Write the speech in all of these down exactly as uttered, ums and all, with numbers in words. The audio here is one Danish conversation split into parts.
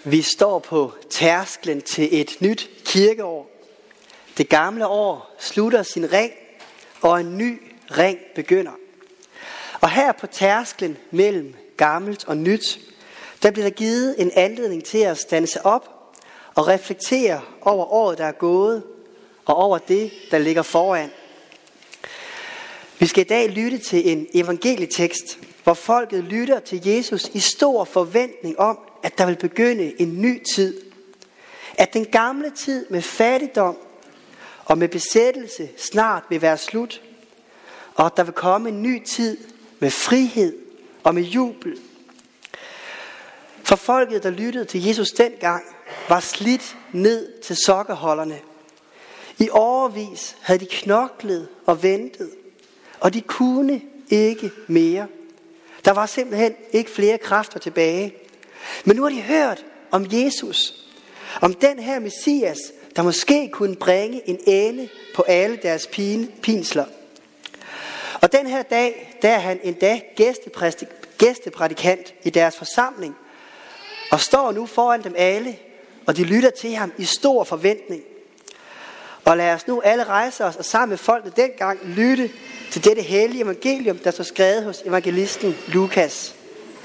Vi står på tærsklen til et nyt kirkeår. Det gamle år slutter sin ring, og en ny ring begynder. Og her på tærsklen mellem gammelt og nyt, der bliver der givet en anledning til at standse op og reflektere over året, der er gået, og over det, der ligger foran. Vi skal i dag lytte til en evangelietekst, hvor folket lytter til Jesus i stor forventning om, at der vil begynde en ny tid. At den gamle tid med fattigdom og med besættelse snart vil være slut. Og at der vil komme en ny tid med frihed og med jubel. For folket, der lyttede til Jesus dengang, var slidt ned til sokkeholderne. I årevis havde de knoklet og ventet, og de kunne ikke mere. Der var simpelthen ikke flere kræfter tilbage. Men nu har de hørt om Jesus, om den her Messias, der måske kunne bringe en ende på alle deres pinsler. Og den her dag, der er han endda gæsteprædikant i deres forsamling, og står nu foran dem alle, og de lytter til ham i stor forventning. Og lad os nu alle rejse os og sammen med folket dengang lytte til dette hellige evangelium, der står skrevet hos evangelisten Lukas.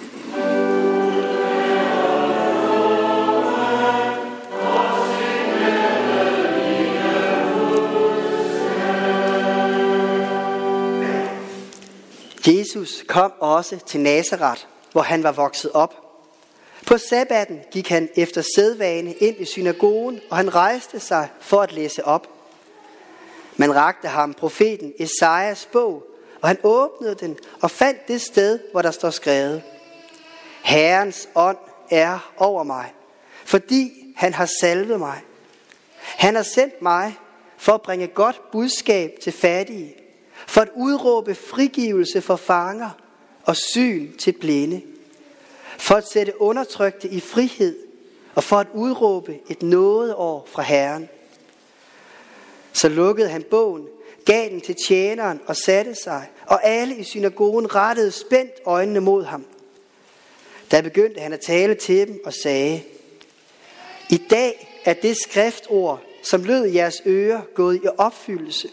Jesus kom også til Nazaret, hvor han var vokset op. På sabbaten gik han efter sædvane ind i synagogen, og han rejste sig for at læse op. Man rakte ham profeten Esajas bog, og han åbnede den og fandt det sted, hvor der står skrevet: Herrens ånd er over mig, fordi han har salvet mig. Han har sendt mig for at bringe godt budskab til fattige, for at udråbe frigivelse for fanger og syn til blinde, for at sætte undertrykte i frihed og for at udråbe et nådeår fra Herren. Så lukkede han bogen, gav den til tjeneren og satte sig, og alle i synagogen rettede spændt øjnene mod ham. Da begyndte han at tale til dem og sagde: I dag er det skriftord, som lød i jeres ører, gået i opfyldelse.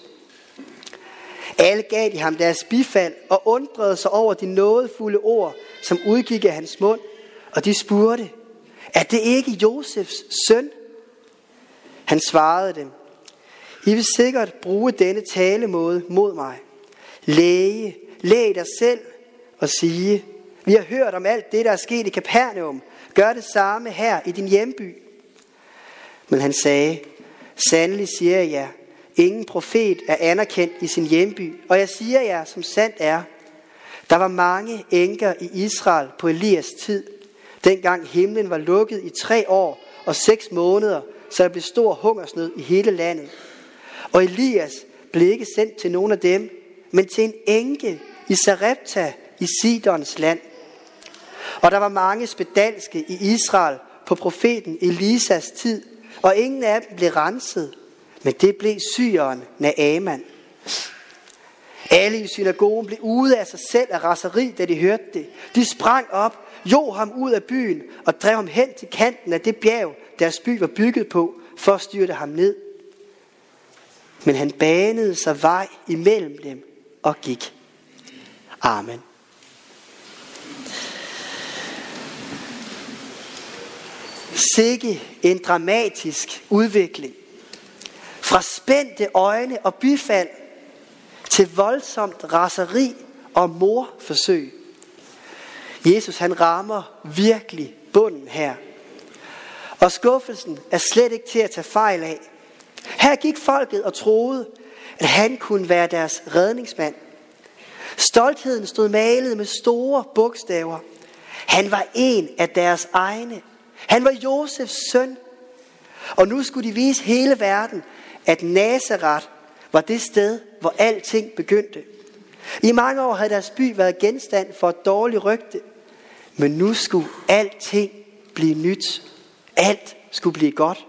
Alle gav de ham deres bifald og undrede sig over de nådefulde ord, som udgik af hans mund, og de spurgte: Er det ikke Josefs søn? Han svarede dem: I vil sikkert bruge denne talemåde mod mig. Læge, læg dig selv og sige: Vi har hørt om alt det, der er sket i Kapernaum. Gør det samme her i din hjemby. Men han sagde: Sandelig siger jeg jer, ingen profet er anerkendt i sin hjemby, og jeg siger jer, som sandt er. Der var mange enker i Israel på Elias tid, dengang himlen var lukket i tre år og seks måneder, så der blev stor hungersnød i hele landet. Og Elias blev ikke sendt til nogen af dem, men til en enke i Sarepta i Sidons land. Og der var mange spedalske i Israel på profeten Elisas tid, og ingen af dem blev renset, men det blev syreren Naaman. Alle i synagogen blev ude af sig selv af raseri, da de hørte det. De sprang op, jog ham ud af byen og drev ham hen til kanten af det bjerg, deres by var bygget på, for at styrte ham ned. Men han banede sig vej imellem dem og gik. Amen. Sikke en dramatisk udvikling. Fra spændte øjne og bifald til voldsomt raseri og mordforsøg. Jesus han rammer virkelig bunden her. Og skuffelsen er slet ikke til at tage fejl af. Her gik folket og troede, at han kunne være deres redningsmand. Stoltheden stod malet med store bogstaver. Han var en af deres egne. Han var Josefs søn. Og nu skulle de vise hele verden, at Nazaret var det sted, hvor alting begyndte. I mange år havde deres by været genstand for et dårligt rygte. Men nu skulle alting blive nyt. Alt skulle blive godt.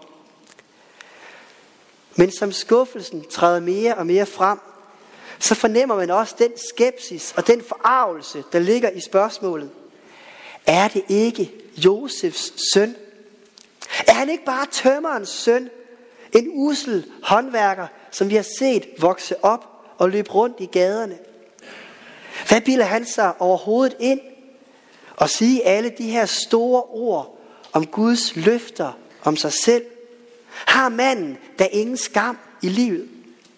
Men som skuffelsen træder mere og mere frem, så fornemmer man også den skepsis og den forargelse, der ligger i spørgsmålet. Er det ikke Josefs søn? Er han ikke bare tømmerens søn? En usel håndværker, som vi har set vokse op og løbe rundt i gaderne. Hvad bilder han sig overhovedet ind og sige alle de her store ord om Guds løfter om sig selv? Har manden der ingen skam i livet?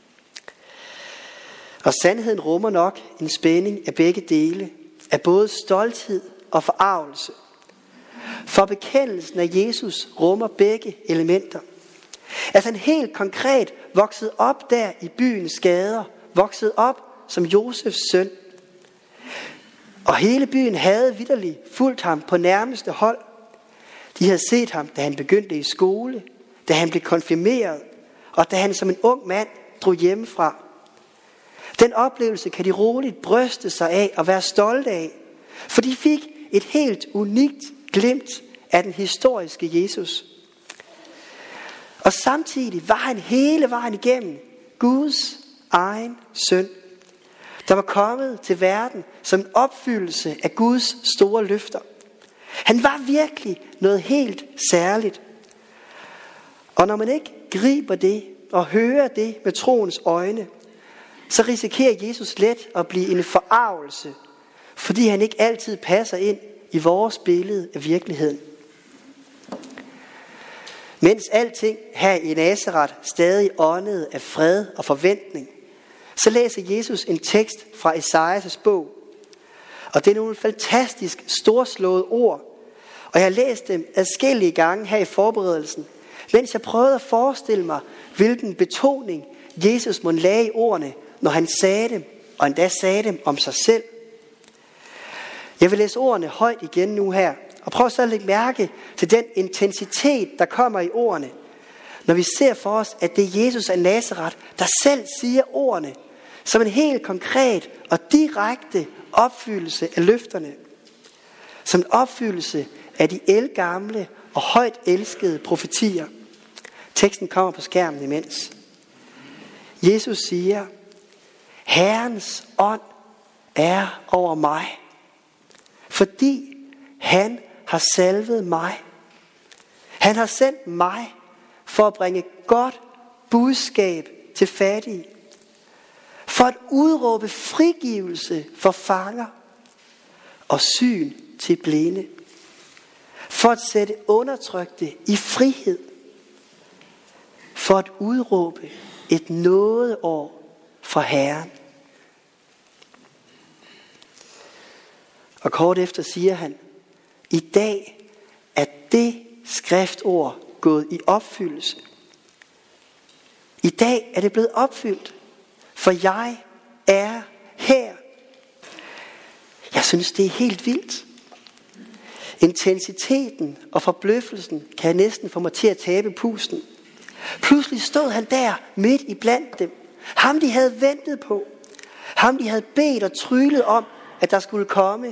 Og sandheden rummer nok en spænding af begge dele, af både stolthed og forargelse. For bekendelsen af Jesus rummer begge elementer. Altså han helt konkret voksede op der i byens gader, voksede op som Josefs søn. Og hele byen havde vitterligt fulgt ham på nærmeste hold. De havde set ham, da han begyndte i skole, da han blev konfirmeret, og da han som en ung mand drog hjemmefra. Den oplevelse kan de roligt bryste sig af og være stolte af, for de fik et helt unikt glimt af den historiske Jesus. Og samtidig var han hele vejen igennem Guds egen søn, der var kommet til verden som en opfyldelse af Guds store løfter. Han var virkelig noget helt særligt. Og når man ikke griber det og hører det med troens øjne, så risikerer Jesus let at blive en forargelse, fordi han ikke altid passer ind i vores billede af virkeligheden. Mens alting her i Nazaret stadig åndede af fred og forventning, så læser Jesus en tekst fra Esajas bog. Og det er nogle fantastisk storslåede ord. Og jeg har læst dem adskillige gange her i forberedelsen, mens jeg prøvede at forestille mig, hvilken betoning Jesus må lagde i ordene, når han sagde dem, og endda sagde dem om sig selv. Jeg vil læse ordene højt igen nu her, og prøv så at lægge mærke til den intensitet, der kommer i ordene, når vi ser for os, at det er Jesus af Nazaret, der selv siger ordene, som en helt konkret og direkte opfyldelse af løfterne. Som en opfyldelse af de ældgamle og højt elskede profetier. Teksten kommer på skærmen imens. Jesus siger, Herrens ånd er over mig, fordi han har salvet mig. Han har sendt mig for at bringe godt budskab til fattige, for at udråbe frigivelse for fanger og syn til blinde, for at sætte undertrykte i frihed, for at udråbe et nådeår fra Herren. Og kort efter siger han, i dag er det skriftord gået i opfyldelse. I dag er det blevet opfyldt, for jeg er her. Jeg synes, det er helt vildt. Intensiteten og forbløffelsen kan næsten få mig til at tabe pusten. Pludselig stod han der midt i blandt dem. Ham de havde ventet på. Ham de havde bedt og tryglet om, at der skulle komme.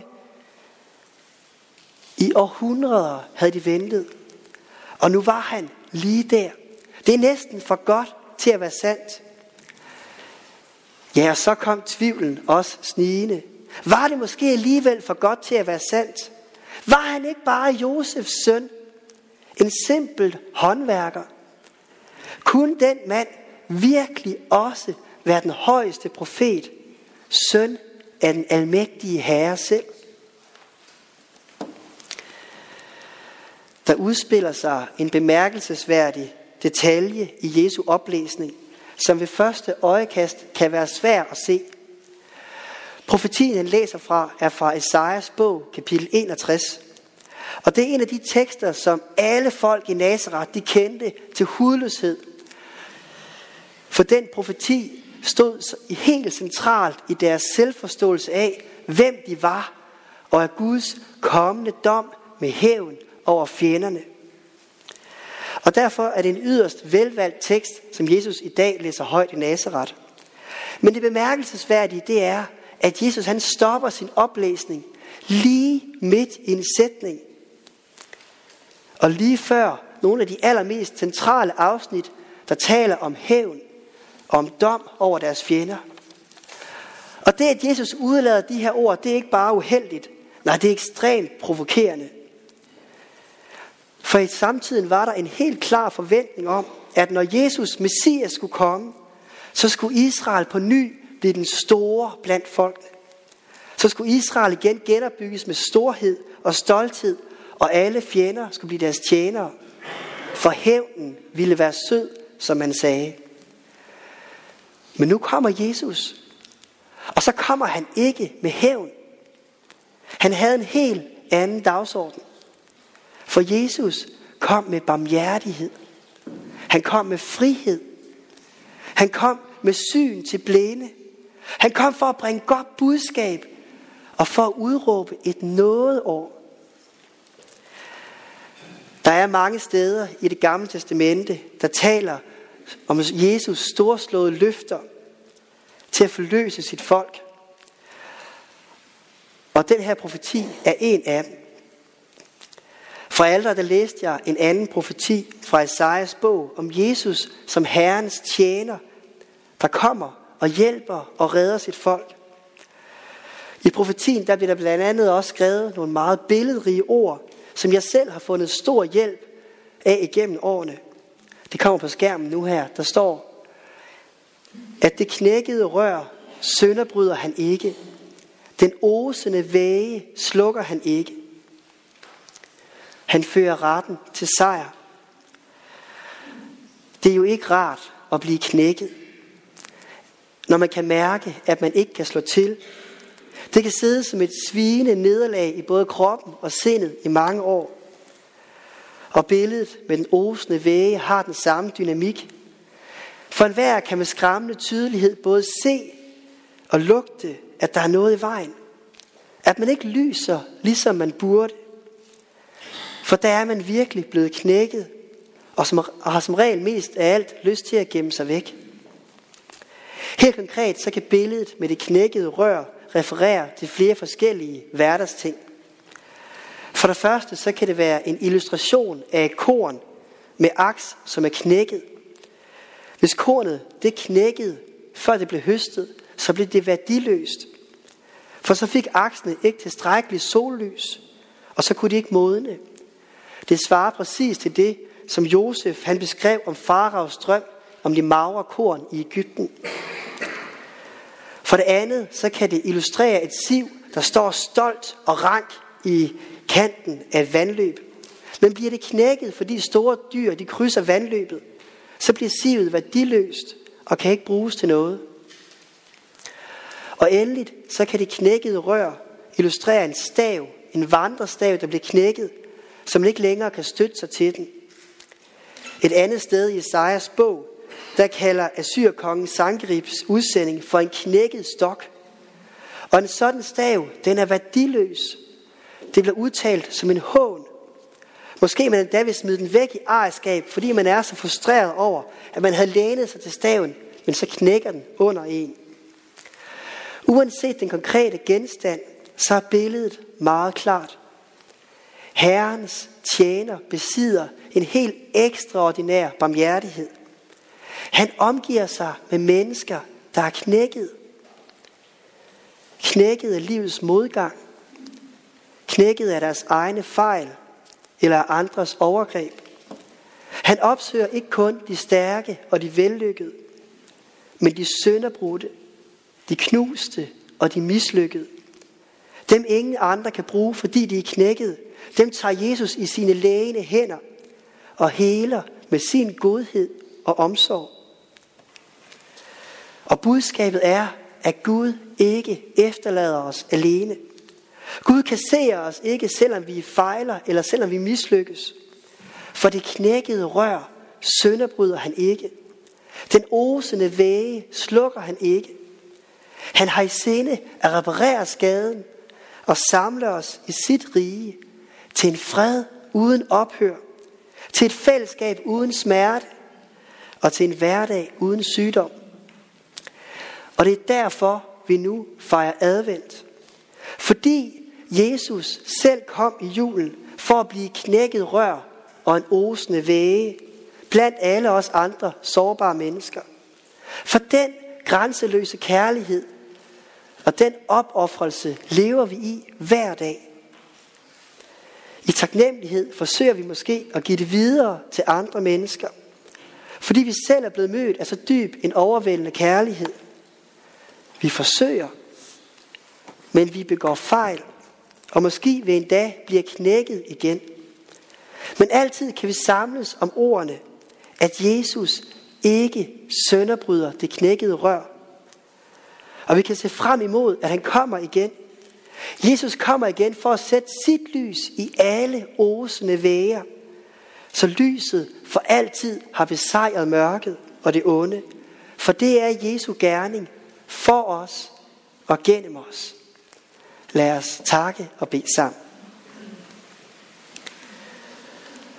I århundreder havde de ventet. Og nu var han lige der. Det er næsten for godt til at være sandt. Ja, og så kom tvivlen også snigende. Var det måske alligevel for godt til at være sandt? Var han ikke bare Josefs søn? En simpel håndværker? Kunne den mand virkelig også være den højeste profet? Søn af den almægtige Herre selv? Der udspiller sig en bemærkelsesværdig detalje i Jesu oplæsning, som ved første øjekast kan være svær at se. Profetien han læser fra er fra Esajas bog, kapitel enogtres. Og det er en af de tekster, som alle folk i Nazaret, de kendte til hudløshed. For den profeti stod helt centralt i deres selvforståelse af, hvem de var, og af Guds kommende dom med hævn over fjenderne. Og derfor er det en yderst velvalgt tekst, som Jesus i dag læser højt i Nazaret. Men det bemærkelsesværdige, det er, at Jesus han stopper sin oplæsning lige midt i en sætning. Og lige før nogle af de allermest centrale afsnit, der taler om hævn og om dom over deres fjender. Og det, at Jesus udlader de her ord, det er ikke bare uheldigt. Nej, det er ekstremt provokerende. For i samtiden var der en helt klar forventning om, at når Jesus, Messias, skulle komme, så skulle Israel på ny blive den store blandt folkene. Så skulle Israel igen genopbygges med storhed og stolthed, og alle fjender skulle blive deres tjenere. For hævnen ville være sød, som man sagde. Men nu kommer Jesus, og så kommer han ikke med hævn. Han havde en helt anden dagsorden. For Jesus kom med barmhjertighed. Han kom med frihed. Han kom med syn til blinde. Han kom for at bringe godt budskab og for at udråbe et nådeår. Der er mange steder i Det Gamle Testamente, der taler om Jesus storslåede løfter til at forløse sit folk. Og den her profeti er en af dem. Fra alderet der læste jeg en anden profeti fra Esajas bog om Jesus som Herrens tjener, der kommer og hjælper og redder sit folk. I profetien der bliver der blandt andet også skrevet nogle meget billedrige ord, som jeg selv har fundet stor hjælp af igennem årene. Det kommer på skærmen nu her. Der står, at det knækkede rør sønderbryder han ikke. Den osende væge slukker han ikke. Han fører retten til sejr. Det er jo ikke rart at blive knækket, når man kan mærke, at man ikke kan slå til. Det kan sidde som et svigende nederlag i både kroppen og sindet i mange år. Og billedet med den osende væge har den samme dynamik. For enhver kan med skræmmende tydelighed både se og lugte, at der er noget i vejen. At man ikke lyser, ligesom man burde. For der er man virkelig blevet knækket, og, som, og har som regel mest af alt lyst til at gemme sig væk. Helt konkret så kan billedet med det knækkede rør referere til flere forskellige hverdagsting. For det første så kan det være en illustration af et korn med aks, som er knækket. Hvis kornet det knækkede, før det blev høstet, så blev det værdiløst. For så fik aksene ikke tilstrækkeligt sollys, og så kunne de ikke modne. Det svarer præcis til det, som Josef han beskrev om Faraos drøm om de magre korn i Egypten. For det andet, så kan det illustrere et siv, der står stolt og rank i kanten af et vandløb. Men bliver det knækket, fordi store dyr de krydser vandløbet, så bliver sivet værdiløst og kan ikke bruges til noget. Og endeligt, så kan det knækkede rør illustrere en stav, en vandrestav, der bliver knækket, som man ikke længere kan støtte sig til den. Et andet sted i Esajas bog, der kalder Assyrkongen Sankeribs udsending for en knækket stok. Og en sådan stav, den er værdiløs. Det bliver udtalt som en hån. Måske man endda vil smide den væk i ejerskab, fordi man er så frustreret over, at man havde lænet sig til staven, men så knækker den under en. Uanset den konkrete genstand, så er billedet meget klart. Herrens tjener besidder en helt ekstraordinær barmhjertighed. Han omgiver sig med mennesker, der er knækket. Knækket af livets modgang. Knækket af deres egne fejl eller af andres overgreb. Han opsøger ikke kun de stærke og de vellykkede, men de sønderbrudte, de knuste og de mislykkede. Dem ingen andre kan bruge, fordi de er knækket. Dem tager Jesus i sine lægende hænder og heler med sin godhed og omsorg. Og budskabet er, at Gud ikke efterlader os alene. Gud kasserer os ikke, selvom vi fejler eller selvom vi mislykkes. For det knækkede rør sønderbryder han ikke. Den osende væge slukker han ikke. Han har i sinde at reparere skaden og samle os i sit rige til en fred uden ophør, til et fællesskab uden smerte og til en hverdag uden sygdom. Og det er derfor, vi nu fejrer advent. Fordi Jesus selv kom i julen for at blive knækket rør og en osende væge blandt alle os andre sårbare mennesker. For den grænseløse kærlighed og den opoffrelse lever vi i hver dag. I taknemmelighed forsøger vi måske at give det videre til andre mennesker, fordi vi selv er blevet mødt af så dyb en overvældende kærlighed. Vi forsøger, men vi begår fejl, og måske vil en dag blive knækket igen. Men altid kan vi samles om ordene, at Jesus ikke sønderbryder det knækkede rør. Og vi kan se frem imod, at han kommer igen. Jesus kommer igen for at sætte sit lys i alle osende vægger, så lyset for altid har besejret mørket og det onde. For det er Jesu gerning for os og gennem os. Lad os takke og bede sammen.